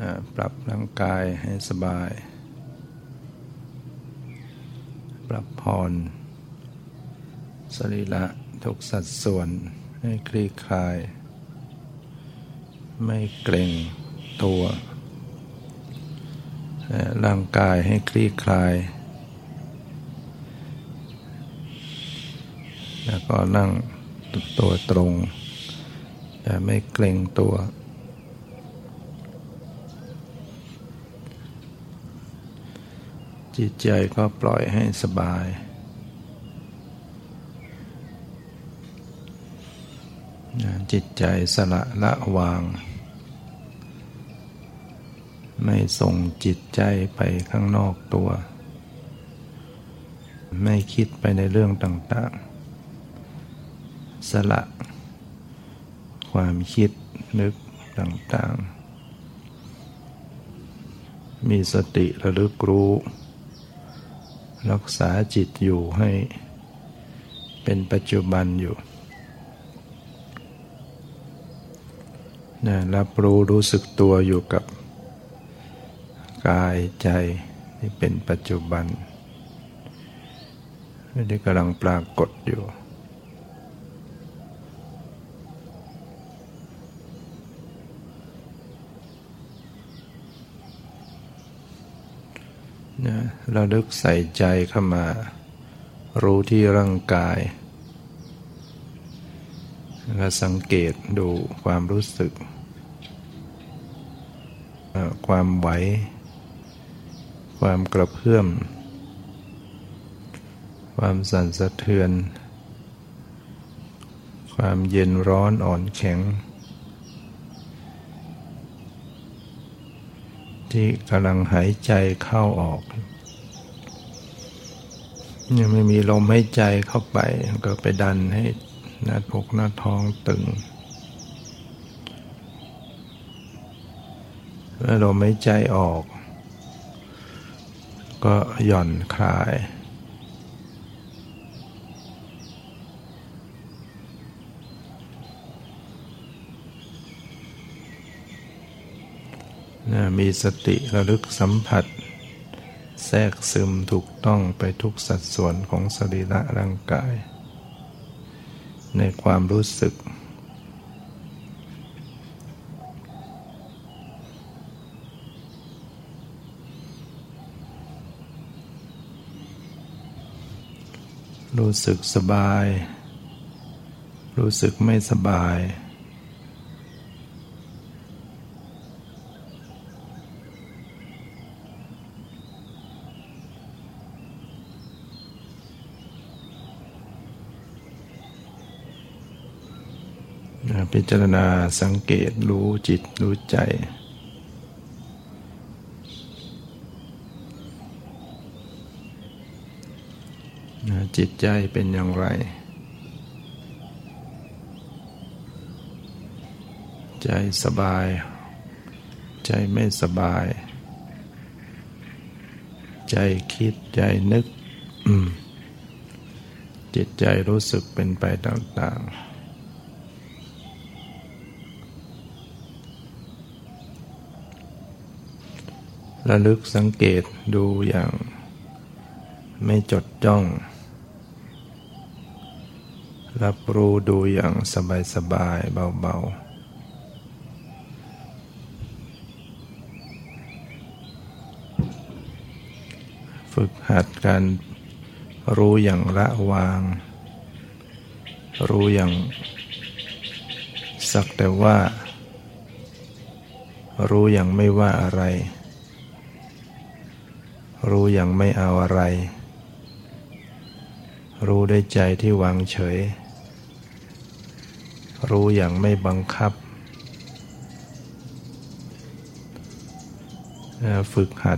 ปรับร่างกายให้สบายปรับผ่อนสรีระทุกสัดส่วนให้คลี่คลายไม่เกร็งตัวร่างกายให้คลี่คลายแล้วก็นั่งตัวตรงแต่ไม่เกร็งตัวจิตใจก็ปล่อยให้สบายจิตใจสละละวางไม่ส่งจิตใจไปข้างนอกตัวไม่คิดไปในเรื่องต่างๆสละความคิดนึกต่างๆมีสติระลึกรู้รักษาจิตอยู่ให้เป็นปัจจุบันอยู่รับรู้สึกตัวอยู่กับกายใจที่เป็นปัจจุบันที่กำลังปรากฏอยู่ระลึกใส่ใจเข้ามารู้ที่ร่างกายแล้วสังเกตดูความรู้สึกความไหวความกระเพื่อมความสั่นสะเทือนความเย็นร้อนอ่อนแข็งที่กำลังหายใจเข้าออกยังไม่มีลมหายใจเข้าไปก็ไปดันให้หน้าอกหน้าท้องตึงเมื่อลมหายใจออกก็หย่อนคลายมีสติระลึกสัมผัสแทรกซึมถูกต้องไปทุกสัดส่วนของสรีระร่างกายในความรู้สึกรู้สึกสบายรู้สึกไม่สบายพิจารณาสังเกตรู้จิตรู้ใจจิตใจเป็นอย่างไรใจสบายใจไม่สบายใจคิดใจนึกจิตใจรู้สึกเป็นไปต่างๆระลึกสังเกตดูอย่างไม่จดจ้องรับรู้ดูอย่างสบายๆเบาๆฝึกหัดการรู้อย่างละวางรู้อย่างสักแต่ว่ารู้อย่างไม่ว่าอะไรรู้อย่างไม่เอาอะไรรู้ด้วยใจที่วางเฉยรู้อย่างไม่บังคับฝึกหัด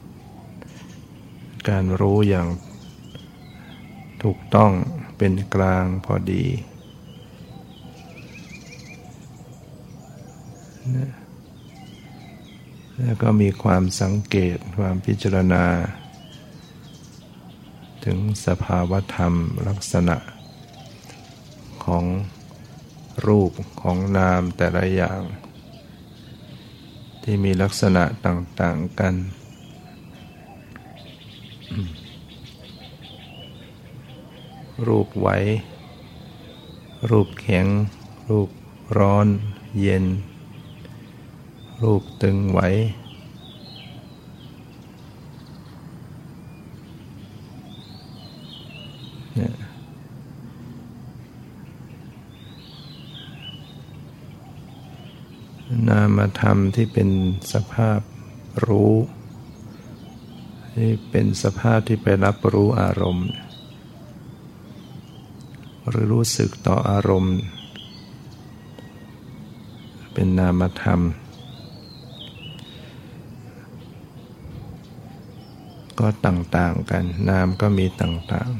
การรู้อย่างถูกต้องเป็นกลางพอดีแล้วก็มีความสังเกตความพิจารณาถึงสภาวธรรมลักษณะของรูปของนามแต่ละอย่างที่มีลักษณะต่างๆกันรูปไหวรูปแข็งรูปร้อนเย็นรูปตึงไหวเนี่ยนามธรรมที่เป็นสภาพรู้ที่เป็นสภาพที่ไปรับรู้อารมณ์หรือรู้สึกต่ออารมณ์เป็นนามธรรมก็ต่างๆกันนามก็มีต่าง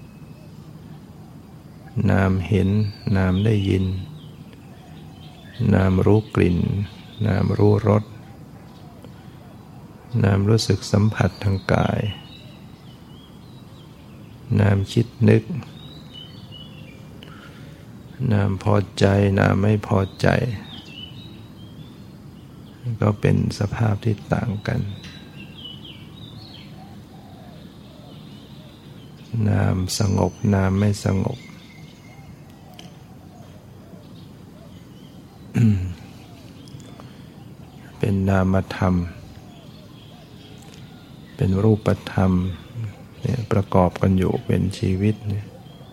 ๆนามเห็นนามได้ยินนามรู้กลิ่นนามรู้รสนามรู้สึกสัมผัสทางกายนามคิดนึกนามพอใจนามไม่พอใจก็เป็นสภาพที่ต่างกันนามสงบนามไม่สงบเป็นนามธรรมเป็นรูปธรรมเนี่ยประกอบกันอยู่เป็นชีวิตเนี่ย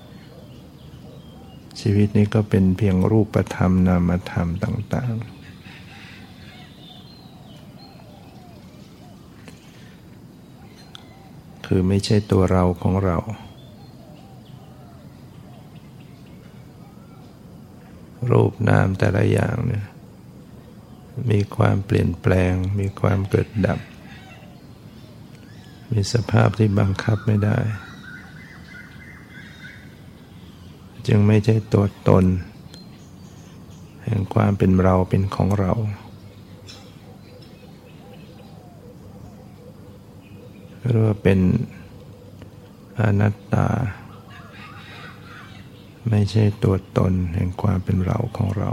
ชีวิตนี้ก็เป็นเพียงรูปธรรมนามธรรมต่างๆคือไม่ใช่ตัวเราของเรารูปนามแต่ละอย่างเนี่ยมีความเปลี่ยนแปลงมีความเกิดดับมีสภาพที่บังคับไม่ได้จึงไม่ใช่ตัวตนแห่งความเป็นเราเป็นของเราเรียกว่าเป็นอนัตตาไม่ใช่ตัวตนแห่งความเป็นเราของเรา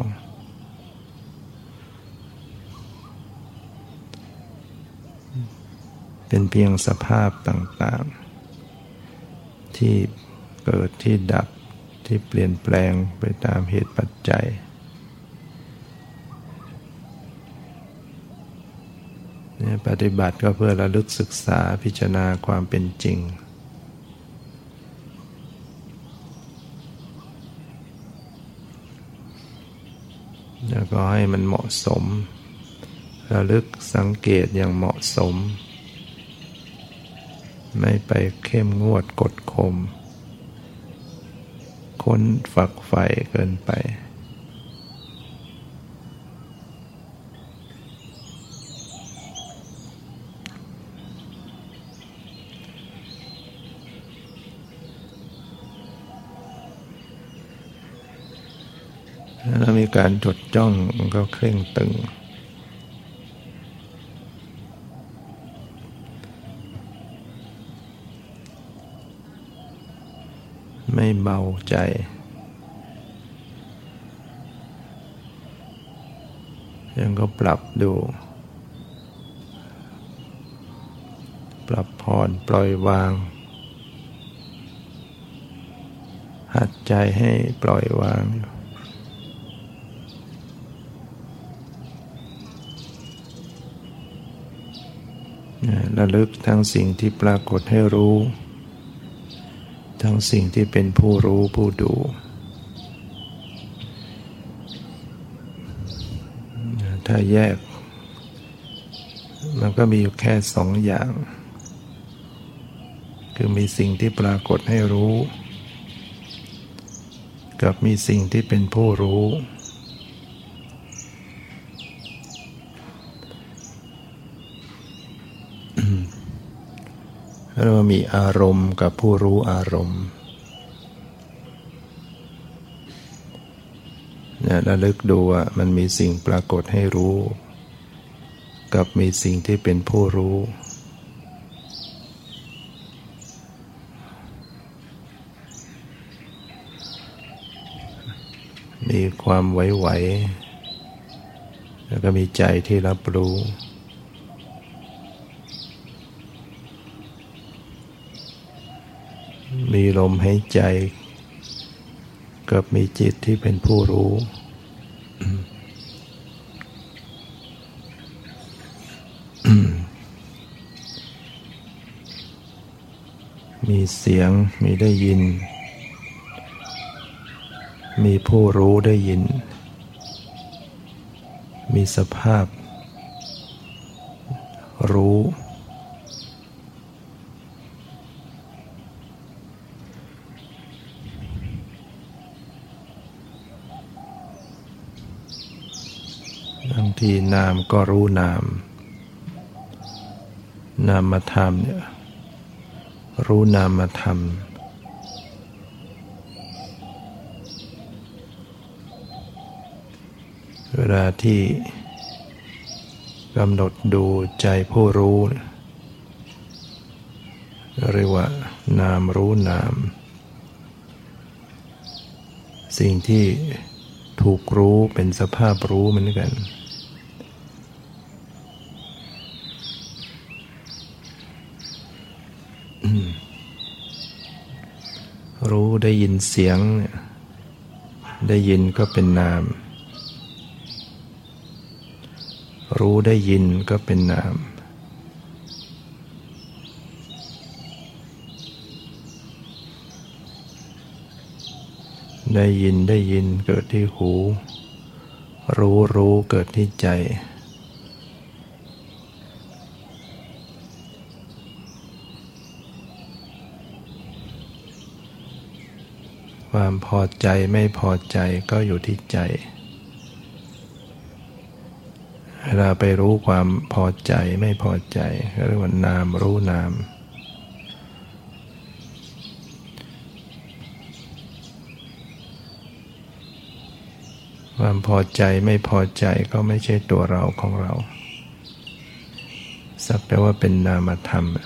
เป็นเพียงสภาพต่างๆที่เกิดที่ดับที่เปลี่ยนแปลงไปตามเหตุปัจจัยเนี่ยปฏิบัติก็เพื่อระลึกศึกษาพิจารณาความเป็นจริงแล้วก็ให้มันเหมาะสมระลึกสังเกตอย่างเหมาะสมไม่ไปเข้มงวดกดข่มค้นฝักใฝ่เกินไปแล้วมีการจดจ้องก็เคร่งตึงไม่เบาใจยังก็ปรับดูปรับผ่อนปล่อยวางหัดใจให้ปล่อยวางระลึกทั้งสิ่งที่ปรากฏให้รู้ทั้งสิ่งที่เป็นผู้รู้ผู้ดูถ้าแยกมันก็มีอยู่แค่สองอย่างคือมีสิ่งที่ปรากฏให้รู้กับมีสิ่งที่เป็นผู้รู้เรามีอารมณ์กับผู้รู้อารมณ์เนี่ยระลึกดูว่ามันมีสิ่งปรากฏให้รู้กับมีสิ่งที่เป็นผู้รู้มีความไหวแล้วก็มีใจที่รับรู้มีลมหายใจกับมีจิตที่เป็นผู้รู้มีเสียงมีได้ยินมีผู้รู้ได้ยินมีสภาพรู้บางทีนามก็รู้นามนามธรรมเนี่ยรู้นามธรรมเวลาที่กำหนดดูใจผู้รู้เรียกว่านามรู้นามสิ่งที่ถูกรู้เป็นสภาพรู้เหมือนกันรู้ได้ยินเสียงได้ยินก็เป็นนามรู้ได้ยินก็เป็นนามได้ยินเกิดที่หูรู้เกิดที่ใจความพอใจไม่พอใจก็อยู่ที่ใจเวลาไปรู้ความพอใจไม่พอใจเรียกว่านามรู้นามความพอใจไม่พอใจก็ไม่ใช่ตัวเราของเราสักแต่ว่าเป็นนามธรรม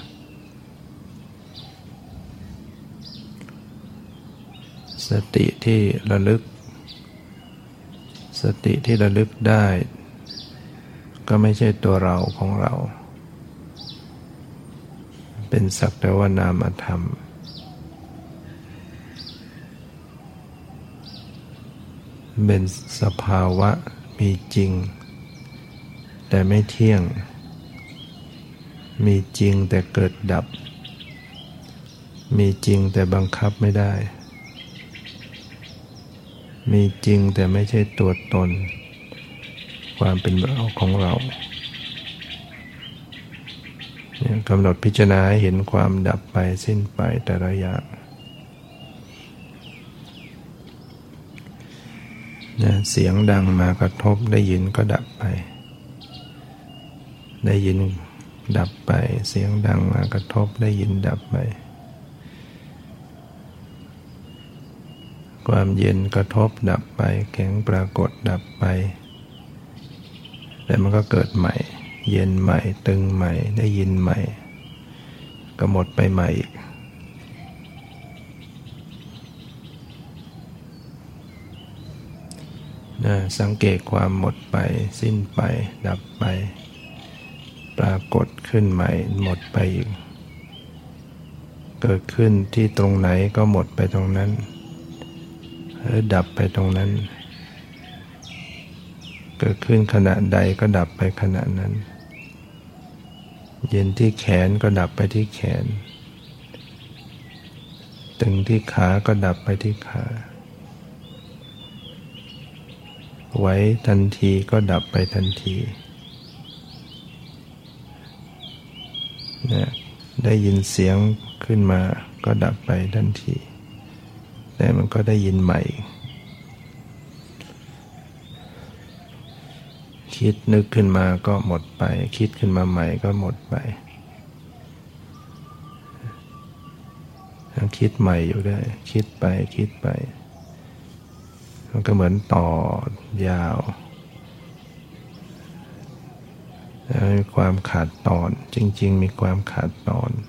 สติที่ระลึกได้ก็ไม่ใช่ตัวเราของเราเป็นสักแต่ว่านามธรรมเป็นสภาวะมีจริงแต่ไม่เที่ยงมีจริงแต่เกิดดับมีจริงแต่บังคับไม่ได้มีจริงแต่ไม่ใช่ตัวตนความเป็นเราของเรากำหนดพิจารณาให้เห็นความดับไปสิ้นไปแต่ละอย่างเสียงดังมากระทบได้ยินก็ดับไปได้ยินดับไปเสียงดังมากระทบได้ยินดับไปความเย็นกระทบดับไปแข็งปรากฏดับไปแต่มันก็เกิดใหม่เย็นใหม่ตึงใหม่ได้ยินใหม่ก็หมดไปใหม่อีกสังเกตความหมดไปสิ้นไปดับไปปรากฏขึ้นใหม่หมดไปอีกเกิดขึ้นที่ตรงไหนก็หมดไปตรงนั้นหรือดับไปตรงนั้นเกิดขึ้นขณะใดก็ดับไปขณะนั้นเย็นที่แขนก็ดับไปที่แขนตึงที่ขาก็ดับไปที่ขาไหวทันทีก็ดับไปทันทีได้ยินเสียงขึ้นมาก็ดับไปทันทีแต่มันก็ได้ยินใหม่คิดนึกขึ้นมาก็หมดไปคิดขึ้นมาใหม่ก็หมดไปคิดใหม่อยู่ได้คิดไปมันก็เหมือนต่อยาวมีความขาดตอนจริงๆมีความขาดตอน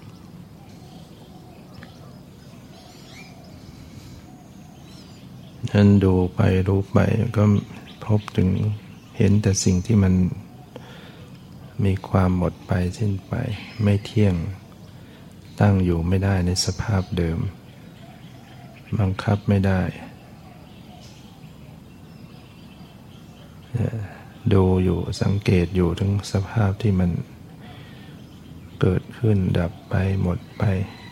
นั้นดูไปรู้ไปก็พบถึงเห็นแต่สิ่งที่มันมีความหมดไปสิ้นไปไม่เที่ยงตั้งอยู่ไม่ได้ในสภาพเดิมบังคับไม่ได้ดูอยู่สังเกตอยู่ถึงสภาพที่มันเกิดขึ้นดับไปหมดไป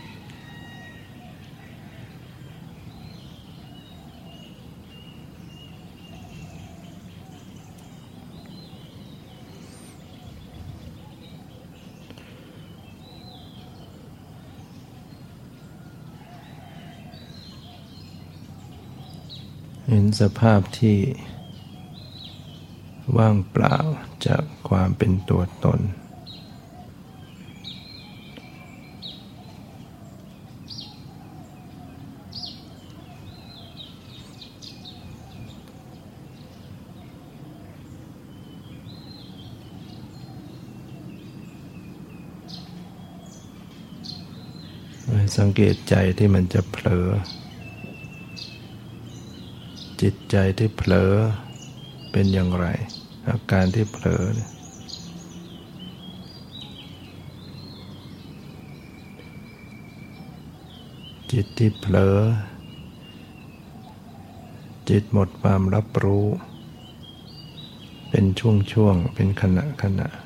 เห็นสภาพที่ว่างเปล่าจากความเป็นตัวตนสังเกตใจที่มันจะเผลอจิตใจที่เผลอเป็นอย่างไรอาการที่เผลอจิตที่เผลอจิตหมดความรับรู้เป็นช่วงๆเป็นขณะ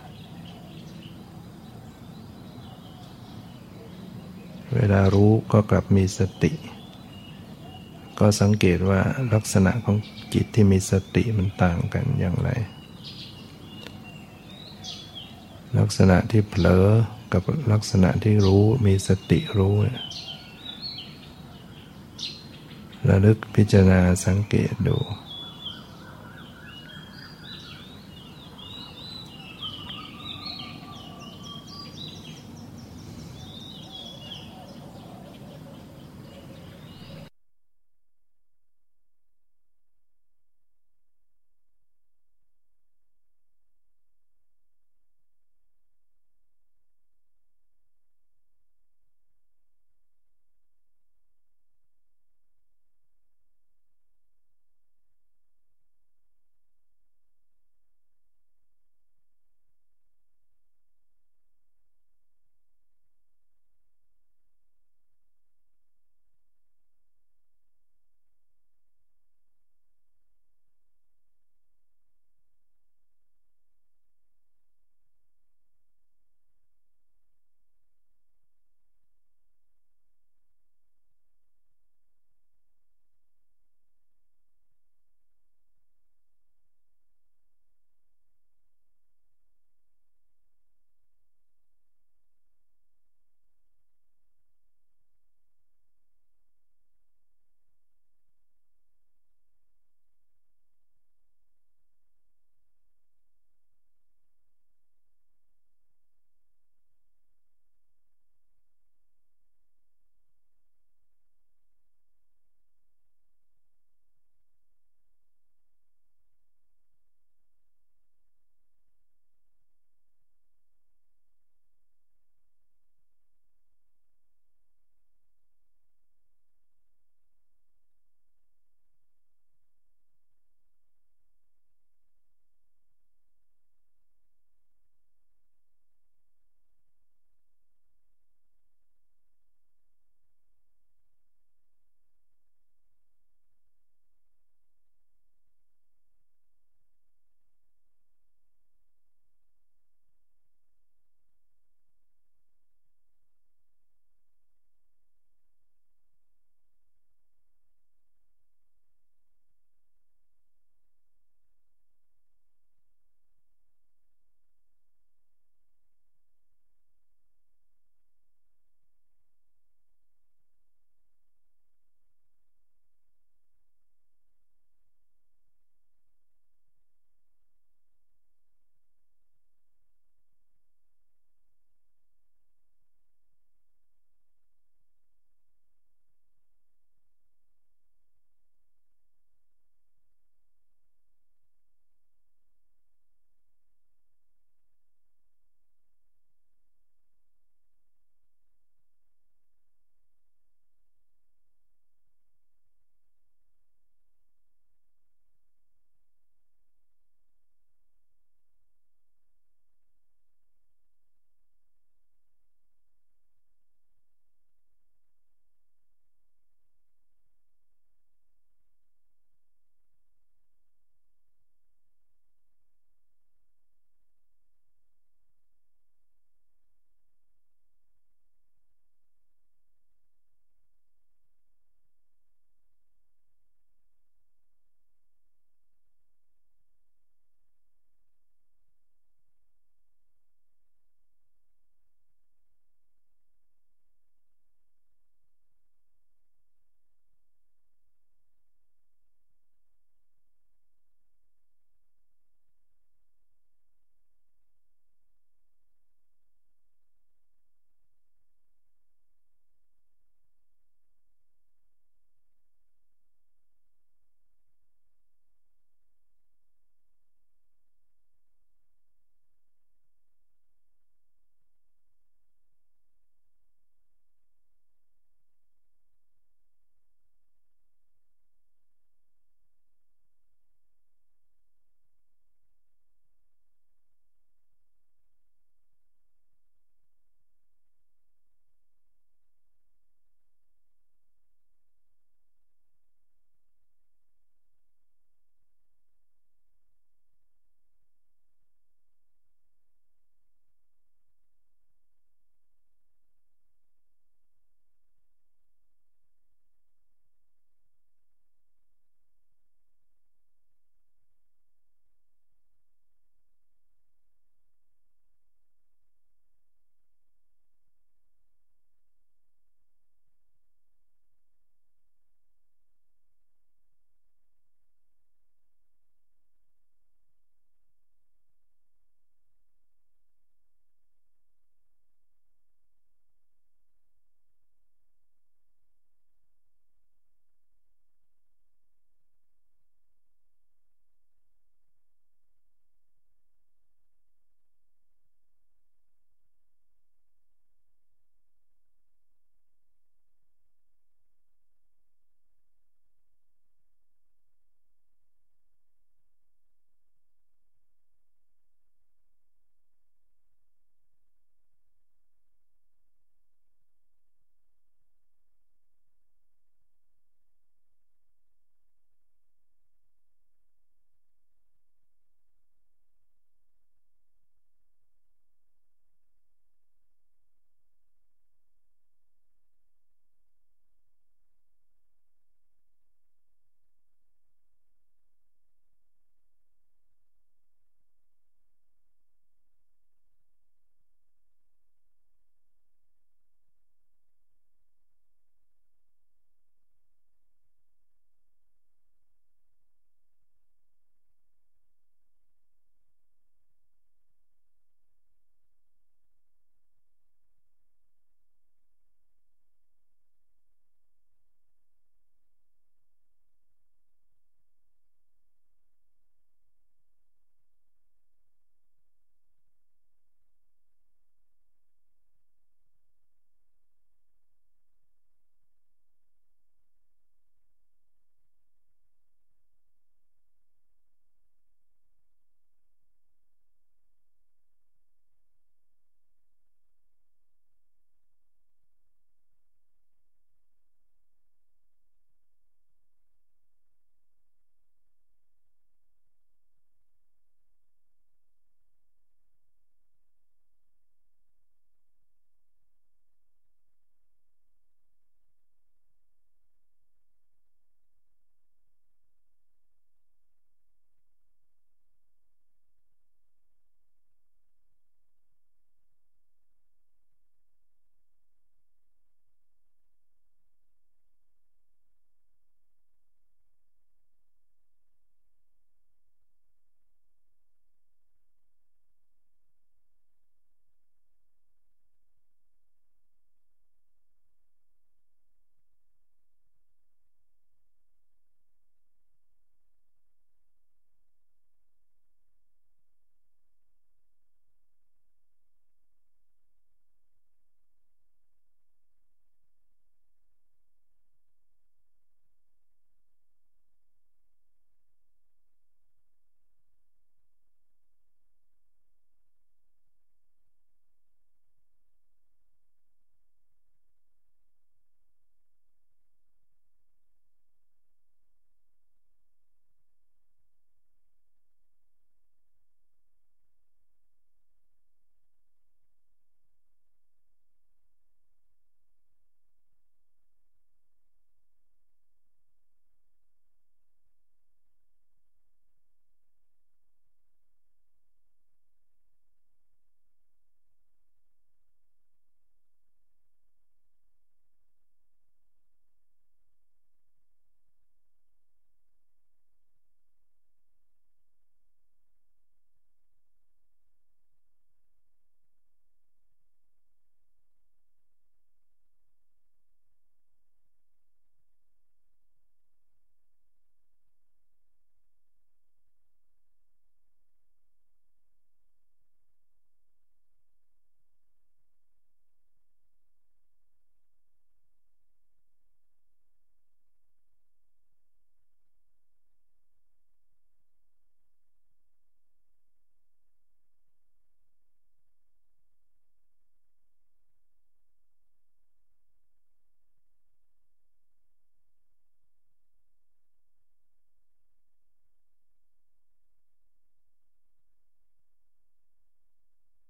เวลารู้ก็กลับมีสติก็สังเกตว่าลักษณะของจิตที่มีสติมันต่างกันอย่างไรลักษณะที่เผลอกับลักษณะที่รู้มีสติรู้ระลึกพิจารณาสังเกตดู